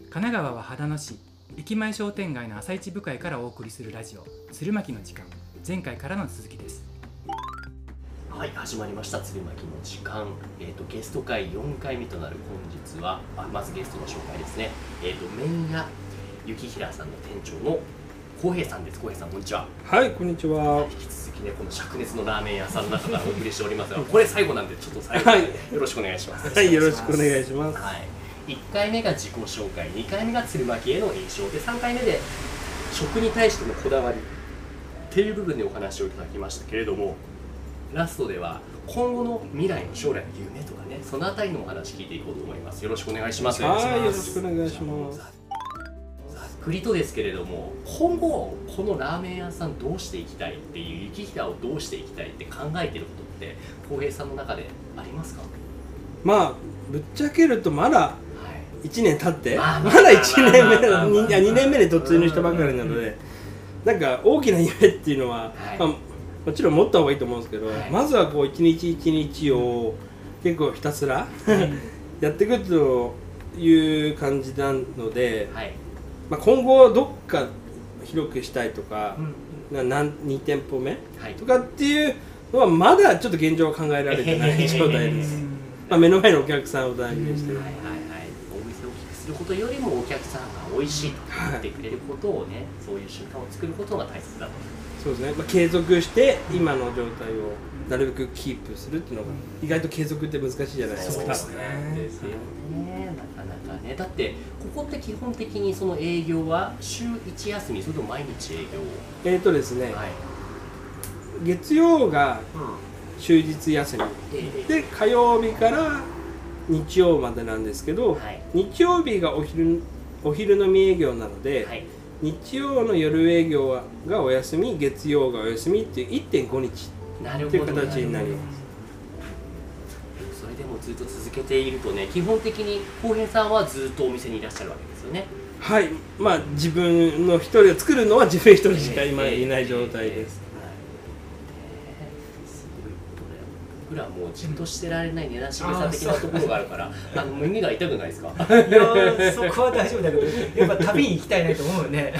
神奈川は秦野市駅前商店街の朝市部会からお送りするラジオ鶴巻の時間、前回からの続きです。 はい、始まりました鶴巻の時間。ゲスト会4回目となる本日はまずゲストの紹介ですね。麺屋雪平さんの店長の浩平さんです。浩平さん、こんにちは。 はい、こんにちは。 引き続きね、この灼熱のラーメン屋さんの中からお送りしておりますが、これ最後なんでちょっと最後によろしくお願いします。 はい、よろしくお願いします。 はい、1回目が自己紹介、2回目が鶴巻への印象で、3回目で食に対してのこだわりっていう部分でお話をいただきましたけれども、ラストでは今後の未来の将来の夢とかね、そのあたりのお話聞いていこうと思います。よろしくお願いします。 はい、よろしくお願いします。 ざっくりとですけれども、今後このラーメン屋さんどうしていきたいっていう、雪平をどうしていきたいって考えていることって浩平さんの中でありますか？ まあぶっちゃけるとまだ1年経ってままだ1年目2年目に突入したばかりなので、なんか大きな夢っていうのは、まあもちろん持った方がいいと思うんですけど、まずはこう一日一日を結構ひたすらやっていくという感じなので、まあ今後どっか広くしたいとか、2店舗目とかっていうのはまだちょっと現状は考えられてない状態です。まあ目の前のお客さんを大事にしてる。 お店を大きくすることよりもお客さんが美味しいと言ってくれることをね、そういう瞬間を作ることが大切だと。 そうですね、まあ、継続して今の状態をなるべくキープするっていうのが意外と継続って難しいじゃないですか。 そうですね。ですよね。なかなかね。だってここって基本的にその営業は週1休み、それとも毎日営業？ ですね、月曜が終日休み、で火曜日から日曜までなんですけど、日曜日がお昼のみ営業なので、日曜の夜営業がお休み、月曜がお休みっていう 1.5 日っていう形になります。 それでもずっと続けているとね、基本的に浩平さんはずっとお店にいらっしゃるわけですよね。はい、 まあ自分の一人を作るのは自分一人しか今いない状態です。 僕らもうじっとしてられない根なし草的なところがあるから、耳が痛くないですか？ いや、そこは大丈夫だけど、やっぱ旅に行きたいなと思うよね。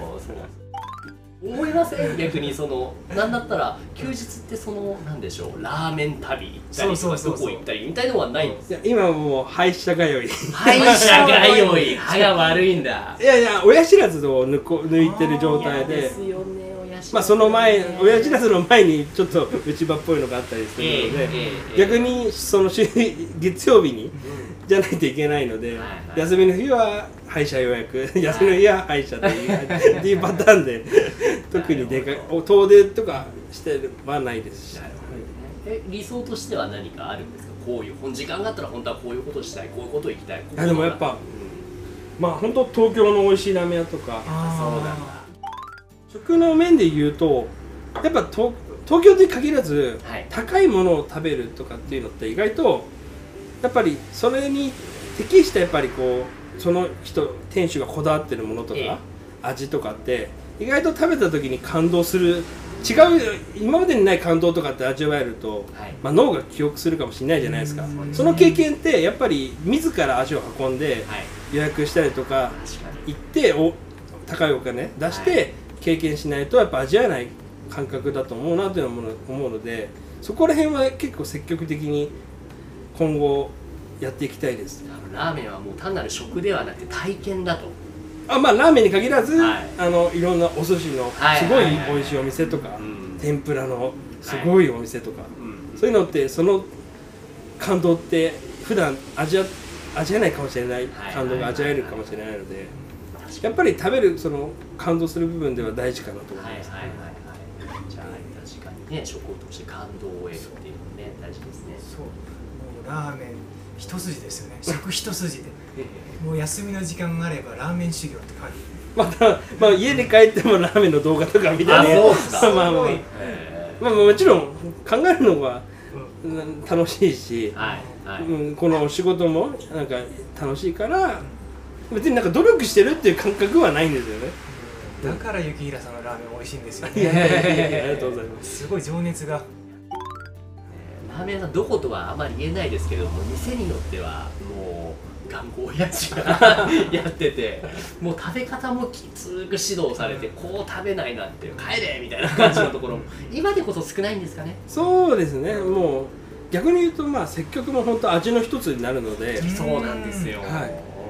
思いません？逆になんだったら休日ってなんでしょう、ラーメン旅行ったりとかどこ行ったりみたいのはないんですよ。 今もう歯医者通い。 歯医者通い、歯が悪いんだ。 いやいや、親知らずを抜いてる状態で。まあその前、親知らずの前にちょっと内歯っぽいのがあったりするので、逆に月曜日にじゃないといけないので、休みの日は歯医者予約、休みの日は歯医者っていうパターンで、特に遠出とかしてはないですし。 理想としては何かあるんですか？こういう時間があったら本当はこういうことしたい、こういうこと行きたい。 でもやっぱまあ本当東京の美味しいラーメン屋とか。 そうなんだ。 食の面で言うと、やっぱ東京に限らず、高いものを食べるとかっていうのって意外とやっぱりそれに適したやっぱりこうその店主がこだわってるものとか、味とかって意外と食べた時に感動する、今までにない感動とかって味わえると、まあ、脳が記憶するかもしれないじゃないですか。その経験ってやっぱり自ら足を運んで予約したりとか行って高いお金出して経験しないとやっぱ味わえない感覚だと思うなというの思うので、そこら辺は結構積極的に今後やっていきたいです。 ラーメンはもう単なる食ではなくて体験だと。 まあラーメンに限らず、いろんなお寿司のすごい美味しいお店とか、天ぷらのすごいお店とか、そういうのってその感動って普段味わえないかもしれない感動が味わえるかもしれないので、やっぱり食べる感動する部分では大事かなと思います。 じゃあ確かにね、食を通して感動を得るっていうのね、大事ですね。 そう、もうラーメン一筋ですよね。食一筋で。もう休みの時間があればラーメン修行って感じ。 まあ家に帰ってもラーメンの動画とか見たり、まあもちろん考えるのは楽しいし、この仕事もなんか楽しいから。別になんか努力してるっていう感覚はないんですよね。 だから雪平さんのラーメン美味しいんですよね。 ありがとうございます。 すごい情熱が。 ラーメン屋さんどことはあまり言えないですけれども、店によってはもう頑固親父がやってて、もう食べ方もきつく指導されて、こう食べないなんて帰れみたいな感じのところも今でこそ少ないんですかね。 そうですね、もう逆に言うとまあ接客も本当味の一つになるので、 そうなんですよ、 はい、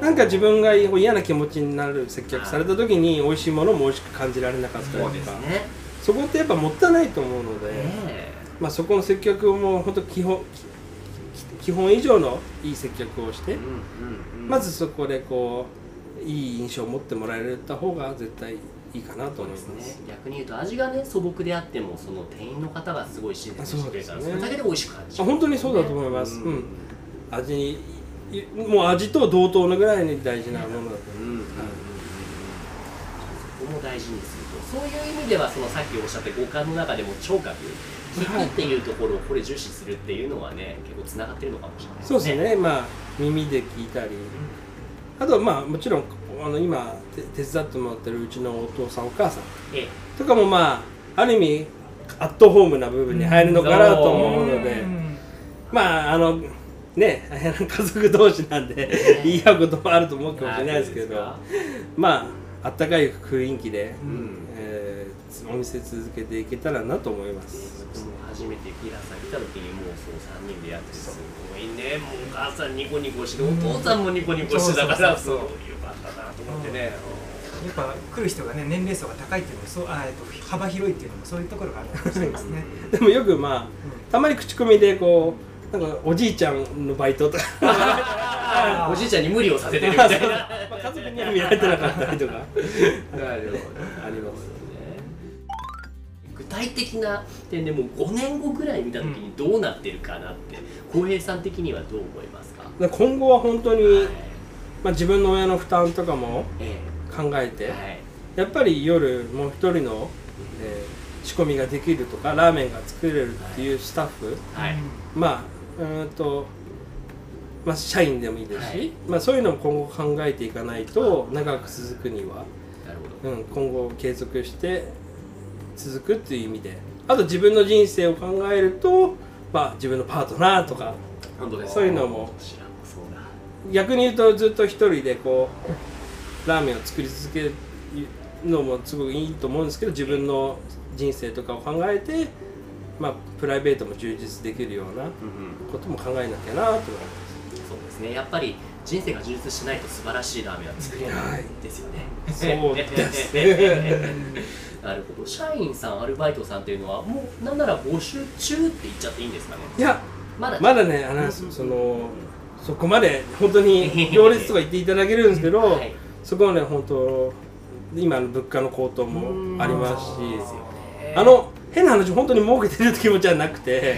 なんか自分が嫌な気持ちになる接客された時に美味しいものも美味しく感じられなかったりとか、 そうですね、 そこってやっぱもったいないと思うので、まあそこの接客も本当基本以上のいい接客をして、まずそこでこういい印象を持ってもらえた方が絶対いいかなと思います。 逆に言うと味がね素朴であっても、その店員の方がすごい親切にしてくれたら、それだけで美味しく感じる。 本当にそうだと思います。味にもう味と同等のぐらいに大事なものだと思います。 そこも大事にすると、そういう意味ではそのさっきおっしゃった五感の中でも聴覚、聞くっていうところをこれ重視するっていうのはね、結構つながってるのかもしれないですね。 そうですね、まあ耳で聞いたり、あとはまあもちろん今手伝ってもらってるうちのお父さんお母さんとかもまあある意味アットホームな部分に入るのかなと思うので、まあね、家族同士なんで言い合うこともあると思うかもしれないですけど、まああったかい雰囲気で、お店続けていけたらなと思います。 初めてピラさん来た時にもうそう3人でやってすごいね、もうお母さんニコニコして、お父さんもニコニコしてたから、そうよかったなと思ってね。 やっぱ来る人がね、年齢層が高いっていうのもそう、幅広いっていうのもそういうところがあるかもしれないですね。 でもよくまあたまに口コミでこうなんかおじいちゃんのバイトとかおじいちゃんに無理をさせてるみたいな家族には見られてなかったりとかあります。具体的な点でもう5年後ぐらい見た時にどうなってるかなって浩平さん的にはどう思いますか？ 今後は本当に、まあ、自分の親の負担とかも考えて、やっぱり夜もう一人の、仕込みができるとかラーメンが作れるっていうスタッフ、まあ社員でもいいですし、まあ、そういうのも今後考えていかないと長く続くには、今後継続して続くっていう意味で、あと自分の人生を考えると、まあ、自分のパートナーとかそういうのも逆に言うとずっと一人でこうラーメンを作り続けるのもすごくいいと思うんですけど、自分の人生とかを考えて、まあ、プライベートも充実できるようなことも考えなきゃなと思います。 そうですね、やっぱり人生が充実しないと素晴らしいラーメンは作れないですよね。 そうですねなるほど。社員さん、アルバイトさんっていうのはもうなんなら募集中って言っちゃっていいんですかね？ いや、まだね、そこまで本当に行列とか言っていただけるんですけど、そこはね本当今の物価の高騰もありますし、変な話本当に儲けてるって気持ちはなくて、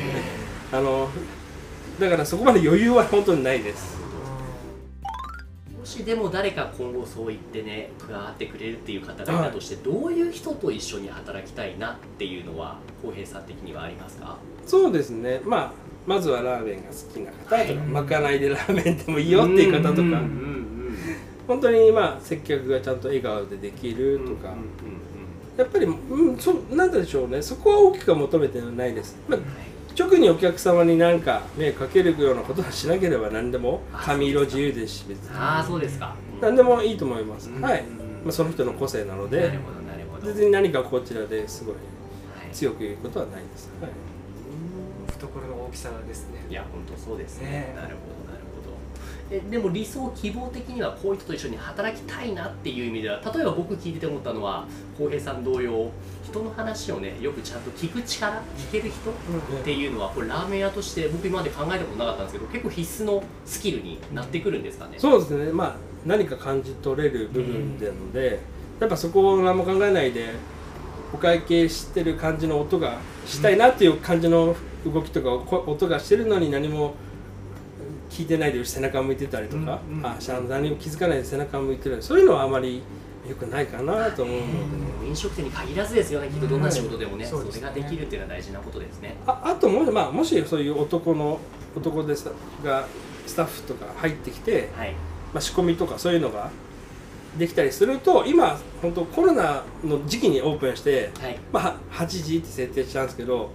だからそこまで余裕は本当にないです。 もしでも誰か今後そう言ってね加わってくれるっていう方がいたとして、どういう人と一緒に働きたいなっていうのは浩平さん的にはありますか？ そうですね、まずはラーメンが好きな方とか、まかないでラーメンでもいいよっていう方とか、本当に接客がちゃんと笑顔でできるとか、やっぱりなんでしょうね、そこは大きくは求めてないです。直にお客様に何か迷惑かけるようなことはしなければ何でも髪色自由ですし、別にそうですか、 何でもいいと思います。はい、その人の個性なので、別に何かこちらですごい強く言うことはないです。 懐の大きさですね。 いや本当そうですね。なるほどなるほど。でも理想希望的にはこういう人と一緒に働きたいなっていう意味では、例えば僕聞いてて思ったのは浩平さん同様、人の話をねよくちゃんと聞く力、聞ける人っていうのはこれラーメン屋として僕今まで考えたことなかったんですけど、結構必須のスキルになってくるんですかね？ そうですね、何か感じ取れる部分なので、やっぱそこを何も考えないでお会計してる感じの音がしたいなっていう感じの動きとか音がしてるのに何も聞いてないで背中を向いてたりとか、何も気づかないで背中を向いてる、そういうのはあまり良くないかなと思うので、 飲食店に限らずですよね、きっとどんな仕事でもね、それができるっていうのは大事なことですね。 あともしそういう男でがスタッフとか入ってきて、仕込みとかそういうのができたりすると、今本当コロナの時期にオープンして、8時って設定したんですけど、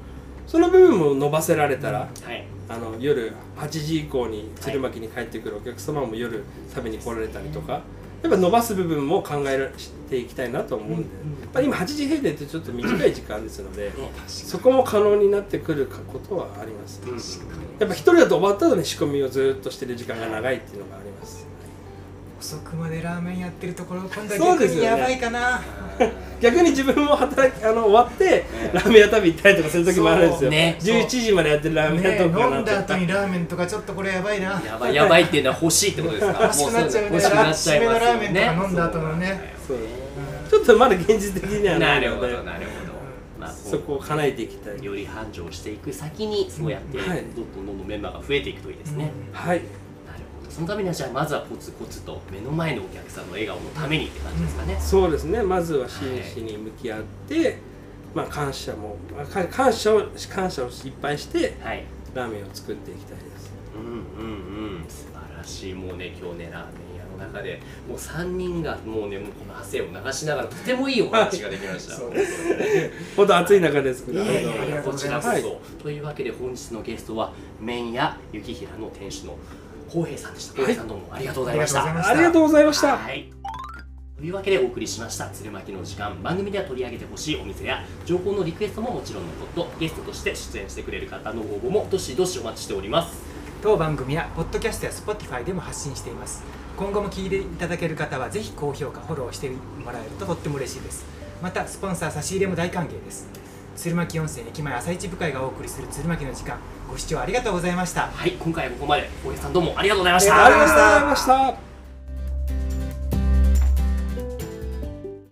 その部分も伸ばせられたら、 はい、 夜8時以降に鶴巻に帰ってくるお客様も夜食べに来られたりとか、やっぱ伸ばす部分も考えていきたいなと思うんで、やっぱり今8時閉店ってちょっと短い時間ですので、そこも可能になってくることはあります。やっぱ一人だと終わった後に仕込みをずっとしてる時間が長いっていうのがあります。 遅くまでラーメンやってるところ、今度は逆にやばいかな。 逆に自分も終わってラーメン屋食べ行ったりとかする時もあるんですよ。11時までやってるラーメン屋とか飲んだ後にラーメンとかちょっとこれやばいな。 やばいっていうのは欲しいってことですか。 欲しくなっちゃうね。締めのラーメンとか飲んだ後のね。 ちょっとまだ現実的にはないので、 そこを叶えていきたい。 より繁盛していく先にそうやってどんどんメンバーが増えていくといいですね。 はい。 そのためにはじゃあまずはコツコツと目の前のお客さんの笑顔のためにって感じですかね。 そうですね。まずは真摯に向き合って、感謝をいっぱいして、ラーメンを作っていきたいです。 素晴らしい。もうね今日ねラーメン屋の中でもう3人がもうねこの汗を流しながらとてもいいお話ができました。 本当暑い中ですけど。 こちらこそ。というわけで本日のゲストは麺屋雪平の店主の浩平さんでした。浩平さんどうもありがとうございました。 ありがとうございました。 というわけでお送りしました鶴巻の時間。番組では取り上げてほしいお店や情報のリクエストももちろんのこと、ゲストとして出演してくれる方の応募もどしどしお待ちしております。 当番組はポッドキャストや Spotify でも発信しています。今後も聞いていただける方はぜひ高評価フォローしてもらえるととっても嬉しいです。またスポンサー差し入れも大歓迎です。鶴巻温泉駅前朝市部会がお送りする鶴巻の時間、ご視聴ありがとうございました。 はい、今回はここまで。浩平さんどうもありがとうございました。 ありがとうございました。